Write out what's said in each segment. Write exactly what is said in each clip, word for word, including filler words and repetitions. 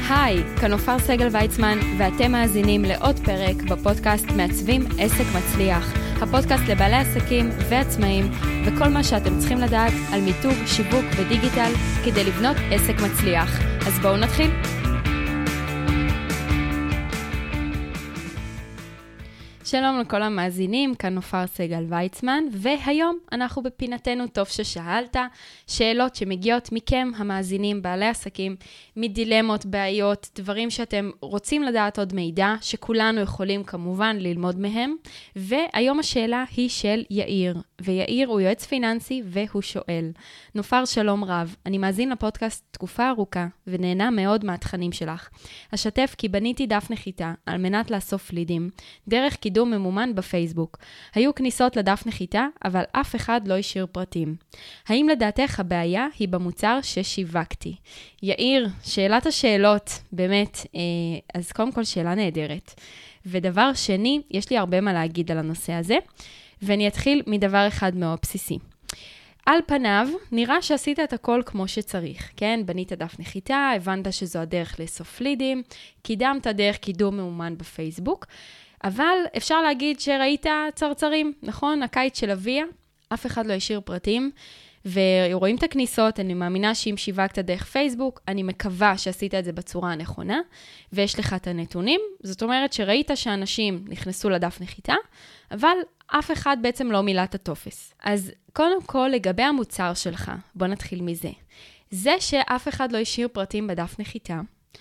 היי, כאן נופר סגל ויצמן, ואתם מאזינים לעוד פרק בפודקאסט מעצבים עסק מצליח. הפודקאסט לבעלי עסקים ועצמאים, וכל מה שאתם צריכים לדעת על מיתוג, שיווק ודיגיטל כדי לבנות עסק מצליח. אז בואו נתחיל. שלום לכל המאזינים, כאן נופר סגל ויצמן, והיום אנחנו בפינתנו טוב ששאלת, שאלות שמגיעות מכם המאזינים, בעלי עסקים, מדילמות, בעיות, דברים שאתם רוצים לדעת עוד מידע, שכולנו יכולים כמובן ללמוד מהם, והיום השאלה היא של יאיר, ויאיר הוא יועץ פיננסי והוא שואל, נופר שלום רב, אני מאזין לפודקאסט תקופה ארוכה, ונהנה מאוד מהתכנים שלך. אשתף כי בניתי דף נחיתה על מנת לאסוף לידים, דרך קידום ממומן בפייסבוק. היו כניסות לדף נחיתה, אבל אף אחד לא השאיר פרטים. האם לדעתך הבעיה היא במוצר ששיווקתי? יאיר, שאלת השאלות, באמת, אז קודם כל שאלה נהדרת. ודבר שני, יש לי הרבה מה להגיד על הנושא הזה, ואני אתחיל מדבר אחד מאוד בסיסי. על פניו, נראה שעשית את הכל כמו שצריך, כן? בנית דף נחיתה, הבנת שזו הדרך לאסוף לידים, קידמת דרך קידום ממומן בפייסבוק, אבל אפשר להגיד שראית צרצרים, נכון? הקיץ של אביה, אף אחד לא השאיר פרטים, ורואים את הכניסות, אני מאמינה שאם שיווקת דרך פייסבוק, אני מקווה שעשית את זה בצורה הנכונה, ויש לך את הנתונים, זאת אומרת שראית שאנשים נכנסו לדף נחיתה, אבל אף אחד בעצם לא מילא את הטופס. אז קודם כל, לגבי המוצר שלך, בוא נתחיל מזה. זה שאף אחד לא השאיר פרטים בדף נחיתה,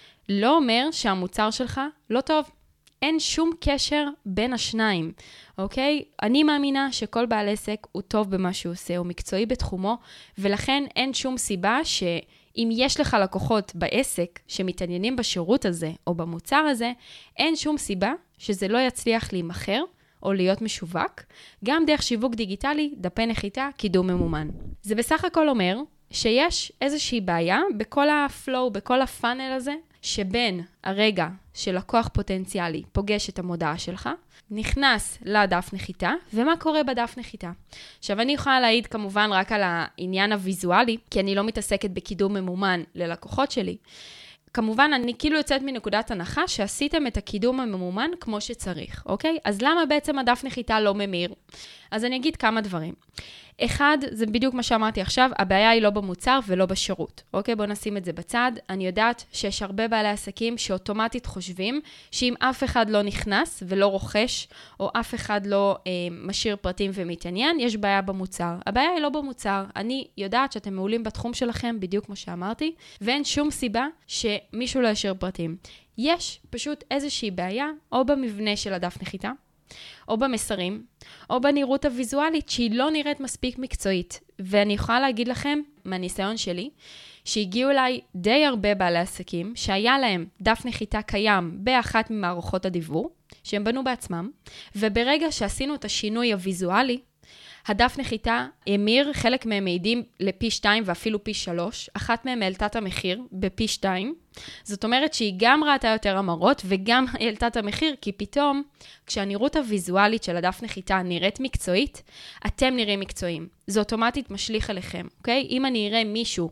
לא אומר שהמוצר שלך לא טוב. אין שום קשר בין השניים, אוקיי? אני מאמינה שכל בעל עסק הוא טוב במה שהוא עושה, הוא מקצועי בתחומו, ולכן אין שום סיבה שאם יש לך לקוחות בעסק שמתעניינים בשירות הזה או במוצר הזה, אין שום סיבה שזה לא יצליח להימחר או להיות משווק, גם דרך שיווק דיגיטלי, דפי נחיתה, קידום ממומן. זה בסך הכל אומר שיש איזושהי בעיה בכל הפלואו, בכל הפאנל הזה, שבין הרגע שלקוח פוטנציאלי פוגש את המודעה שלך, נכנס לדף נחיתה, ומה קורה בדף נחיתה. עכשיו אני יכולה להעיד כמובן רק על העניין הוויזואלי, כי אני לא מתעסקת בקידום ממומן ללקוחות שלי. כמובן אני כאילו יוצאת מנקודת הנחה שעשיתם את הקידום הממומן כמו שצריך, אוקיי? אז למה בעצם הדף נחיתה לא ממיר? אז אני אגיד כמה דברים. אחד, זה בדיוק מה שאמרתי עכשיו, הבעיה היא לא במוצר ולא בשירות. אוקיי, בואו נשים את זה בצד. אני יודעת שיש הרבה בעלי עסקים שאוטומטית חושבים שאם אף אחד לא נכנס ולא רוכש, או אף אחד לא אה, משאיר פרטים ומתעניין, יש בעיה במוצר. הבעיה היא לא במוצר. אני יודעת שאתם מעולים בתחום שלכם, בדיוק כמו שאמרתי, ואין שום סיבה שמישהו לא ישאיר פרטים. יש פשוט איזושהי בעיה, או במבנה של הדף נחיתה, או במסרים, או בנראות הוויזואלית שהיא לא נראית מספיק מקצועית. ואני יכולה להגיד לכם, מהניסיון שלי, שהגיעו אליי די הרבה בעלי עסקים, שהיה להם דף נחיתה קיים באחת ממערכות הדיוור, שהם בנו בעצמם, וברגע שעשינו את השינוי הוויזואלי, הדף נחיתה אמיר, חלק מהם מעידים לפי שתיים ואפילו פי שלוש, אחת מהם העלתה את המחיר בפי שתיים, זאת אומרת שהיא גם ראתה יותר המרות וגם העלתה את המחיר, כי פתאום כשהנראות הוויזואלית של הדף נחיתה נראית מקצועית, אתם נראים מקצועיים. זה אוטומטית משליך עליכם, אוקיי? אם אני אראה מישהו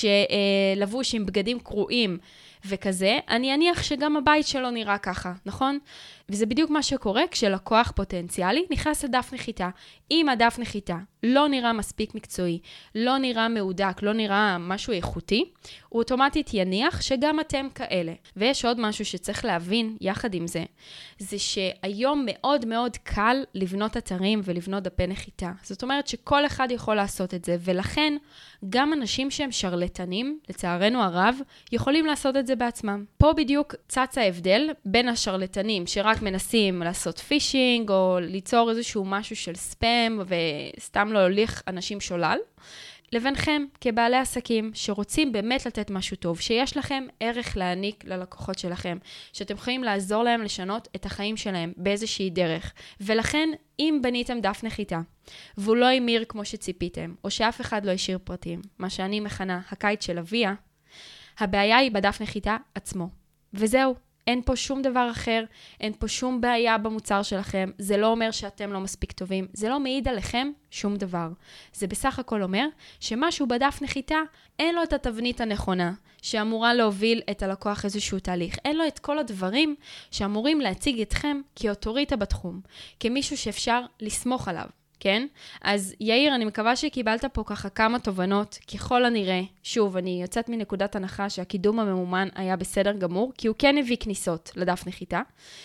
שלבוש עם בגדים קרועים וכזה, אני אניח שגם הבית שלו נראה ככה, נכון? וזה בדיוק מה שקורה כשלקוח פוטנציאלי נכנס לדף נחיתה. אם הדף נחיתה לא נראה מספיק מקצועי, לא נראה מעודק, לא נראה משהו איכותי, הוא אוטומטית יניח שגם אתם כאלה. ויש עוד משהו שצריך להבין יחד עם זה, זה שהיום מאוד מאוד קל לבנות אתרים ולבנות דפי נחיתה. זאת אומרת שכל אחד יכול לעשות את זה, ולכן גם אנשים שהם שרלטנים, לצערנו הרב, יכולים לעשות את זה בעצמם. פה בדיוק צץ ההבדל בין השרלטנים שרק מנסים לעשות פישינג, או ליצור איזשהו משהו של ספאם, וסתם לא הוליך אנשים שולל, לבינכם כבעלי עסקים שרוצים באמת לתת משהו טוב, שיש לכם ערך להעניק ללקוחות שלכם, שאתם יכולים לעזור להם לשנות את החיים שלהם באיזושהי דרך. ולכן אם בניתם דף נחיתה, והוא לא ימיר כמו שציפיתם, או שאף אחד לא השאיר פרטים, מה שאני מכנה הקיץ של אביה, הבעיה היא בדף נחיתה עצמו. וזהו, אין פה שום דבר אחר, אין פה שום בעיה במוצר שלכם, זה לא אומר שאתם לא מספיק טובים, זה לא מעיד עליכם שום דבר. זה בסך הכל אומר שמשהו בדף נחיתה, אין לו את התבנית הנכונה, שאמורה להוביל את הלקוח איזשהו תהליך. אין לו את כל הדברים שאמורים להציג אתכם כאוטוריטה בתחום, כמישהו שאפשר לסמוך עליו. כן? אז יאיר, אני מקווה שקיבלת פה ככה כמה תובנות, ככל הנראה, שוב, אני יוצאת מנקודת הנחה שהקידום הממומן היה בסדר גמור, כי הוא כן הביא כניסות לדף נחיתה,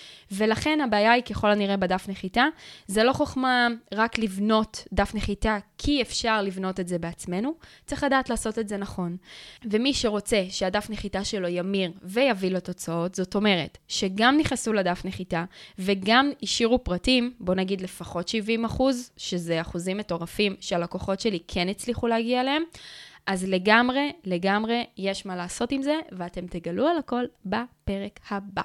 ולכן הבעיה היא ככל הנראה בדף נחיתה, זה לא חוכמה רק לבנות דף נחיתה, כי אפשר לבנות את זה בעצמנו, צריך לדעת לעשות את זה נכון. ומי שרוצה שהדף נחיתה שלו ימיר ויביא לו תוצאות, זאת אומרת שגם נכנסו לדף נחיתה וגם השאירו פרטים, בוא נגיד לפחות שבעים אחוז, שזה אחוזים מטורפים שהלקוחות שלי כן הצליחו להגיע אליהם, אז לגמרי, לגמרי יש מה לעשות עם זה, ואתם תגלו על הכל בפרק הבא.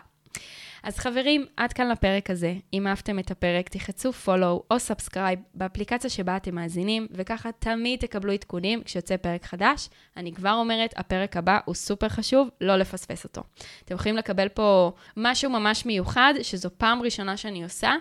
אז חברים, עד כאן לפרק הזה. אם אהבתם את הפרק, תחצו follow או subscribe באפליקציה שבה אתם מאזינים, וככה תמיד תקבלו עדכונים כשיוצא פרק חדש. אני כבר אומרת, הפרק הבא הוא סופר חשוב, לא לפספס אותו. אתם יכולים לקבל פה משהו ממש מיוחד, שזו פעם ראשונה שאני עושה,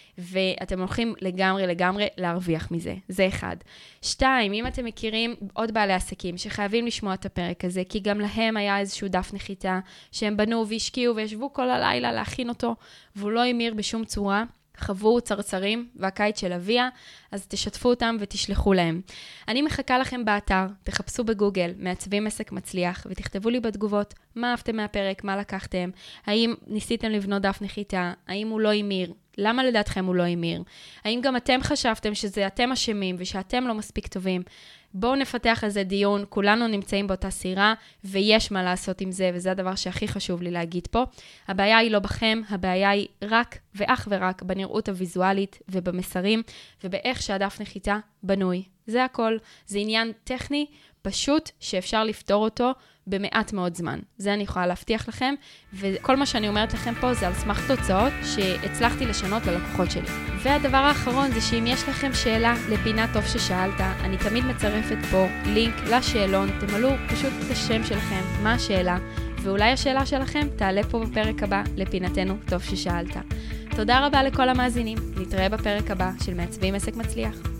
ואתם הולכים לגמרי לגמרי להרוויח מזה. זה אחד. שתיים, אם אתם מכירים עוד בעלי עסקים שחייבים לשמוע את הפרק הזה, כי גם להם היה איזשהו דף נחיתה שהם בנו והשקיעו וישבו כל הלילה להכין אותו, והוא לא ימיר בשום צורה, חוו צרצרים והקיץ של אביה, אז תשתפו אותם ותשלחו להם. אני מחכה לכם באתר, תחפשו בגוגל, מעצבים עסק מצליח, ותכתבו לי בתגובות מה אהבתם מהפרק, מה לקחתם, האם ניסיתם לבנות דף נחיתה, האם הוא לא ימיר, למה לדעתכם הוא לא ימיר, האם גם אתם חשבתם שזה אתם אשמים ושאתם לא מספיק טובים. בואו נפתח על זה דיון, כולנו נמצאים באותה סירה, ויש מה לעשות עם זה, וזה הדבר שהכי חשוב לי להגיד פה. הבעיה היא לא בכם, הבעיה היא רק ואך ורק בנראות הוויזואלית ובמסרים, ובאיך שהדף נחיתה בנוי. זה הכל, זה עניין טכני, פשוט שאפשר לפתור אותו במעט מאוד זמן. זה אני יכולה להבטיח לכם, וכל מה שאני אומרת לכם פה זה על סמך תוצאות שהצלחתי לשנות ללקוחות שלי. והדבר האחרון זה שאם יש לכם שאלה לפינה טוב ששאלת, אני תמיד מצרפת פה לינק לשאלון, תמלאו פשוט את השם שלכם, מה השאלה, ואולי השאלה שלכם תעלה פה בפרק הבא לפינתנו טוב ששאלת. תודה רבה לכל המאזינים, נתראה בפרק הבא של מעצבים עסק מצליח.